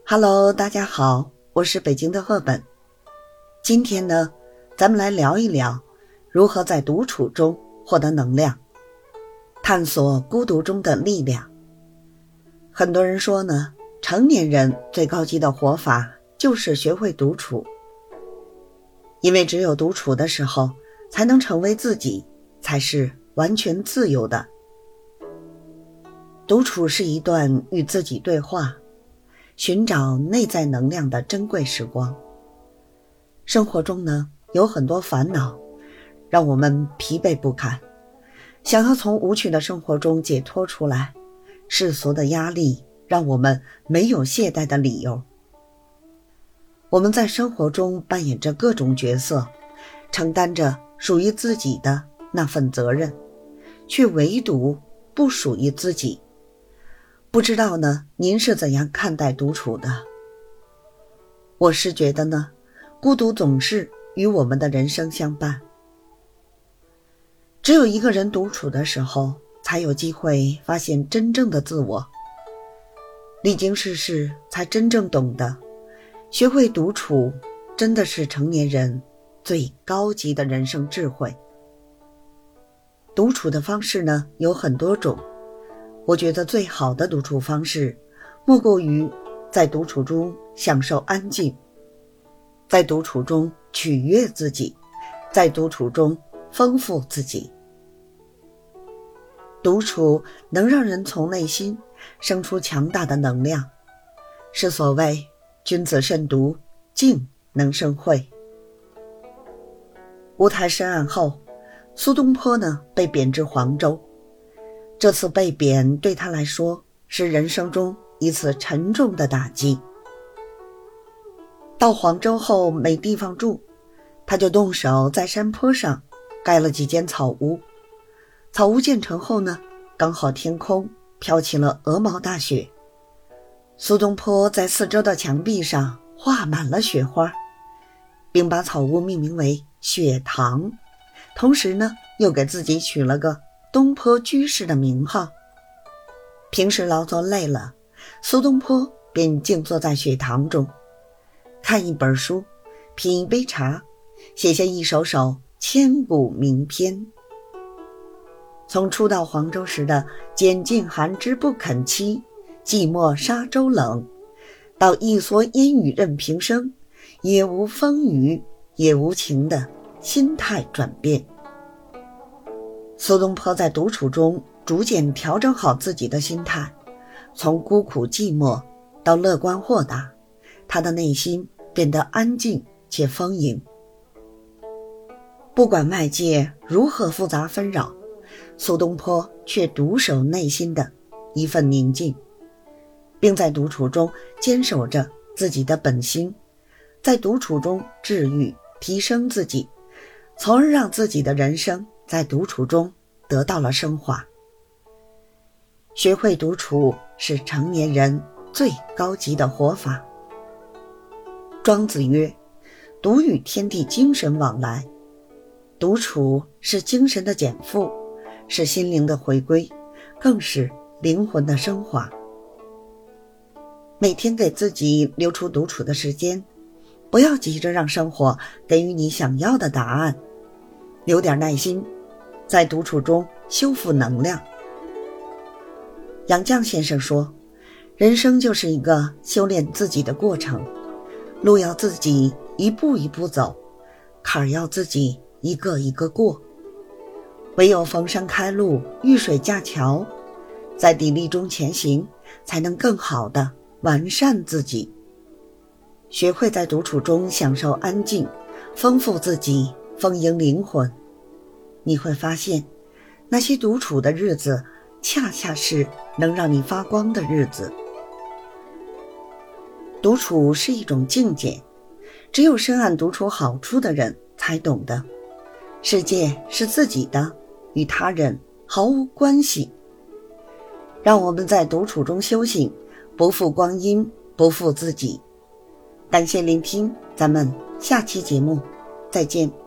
Hello， 大家好，我是北京的赫本。今天呢，咱们来聊一聊如何在独处中获得能量，探索孤独中的力量。很多人说呢，成年人最高级的活法就是学会独处，因为只有独处的时候，才能成为自己，才是完全自由的。独处是一段与自己对话，寻找内在能量的珍贵时光。生活中呢，有很多烦恼，让我们疲惫不堪，想要从无趣的生活中解脱出来，世俗的压力让我们没有懈怠的理由。我们在生活中扮演着各种角色，承担着属于自己的那份责任，却唯独不属于自己。不知道呢，您是怎样看待独处的？我是觉得呢，孤独总是与我们的人生相伴。只有一个人独处的时候，才有机会发现真正的自我。历经世事，才真正懂得，学会独处，真的是成年人最高级的人生智慧。独处的方式呢，有很多种。我觉得最好的独处方式，莫过于在独处中享受安静，在独处中取悦自己，在独处中丰富自己。独处能让人从内心生出强大的能量，是所谓君子慎独，静能生慧。乌台诗案后，苏东坡呢被贬至黄州。这次被贬对他来说是人生中一次沉重的打击。到黄州后没地方住，他就动手在山坡上盖了几间草屋。草屋建成后呢，刚好天空飘起了鹅毛大雪。苏东坡在四周的墙壁上画满了雪花，并把草屋命名为雪堂，同时呢，又给自己取了个东坡居士的名号。平时劳作累了，苏东坡便静坐在雪堂中，看一本书，品一杯茶，写下一首首千古名篇。从初到黄州时的拣尽寒枝不肯栖，寂寞沙洲冷，到一蓑烟雨任平生，也无风雨也无晴的心态转变。苏东坡在独处中逐渐调整好自己的心态，从孤苦寂寞到乐观豁达，他的内心变得安静且丰盈。不管外界如何复杂纷扰，苏东坡却独守内心的一份宁静，并在独处中坚守着自己的本心，在独处中治愈提升自己，从而让自己的人生在独处中得到了升华。学会独处是成年人最高级的活法。庄子曰：独与天地精神往来。独处是精神的减负，是心灵的回归，更是灵魂的升华。每天给自己留出独处的时间，不要急着让生活给予你想要的答案，留点耐心，在独处中修复能量。杨绛先生说，人生就是一个修炼自己的过程，路要自己一步一步走，坎儿要自己一个一个过。唯有逢山开路，遇水架桥，在砥砺中前行，才能更好地完善自己。学会在独处中享受安静，丰富自己，丰盈灵魂。你会发现，那些独处的日子，恰恰是能让你发光的日子。独处是一种境界，只有深谙独处好处的人才懂得，世界是自己的，与他人毫无关系。让我们在独处中修行，不负光阴，不负自己。感谢聆听，咱们下期节目再见。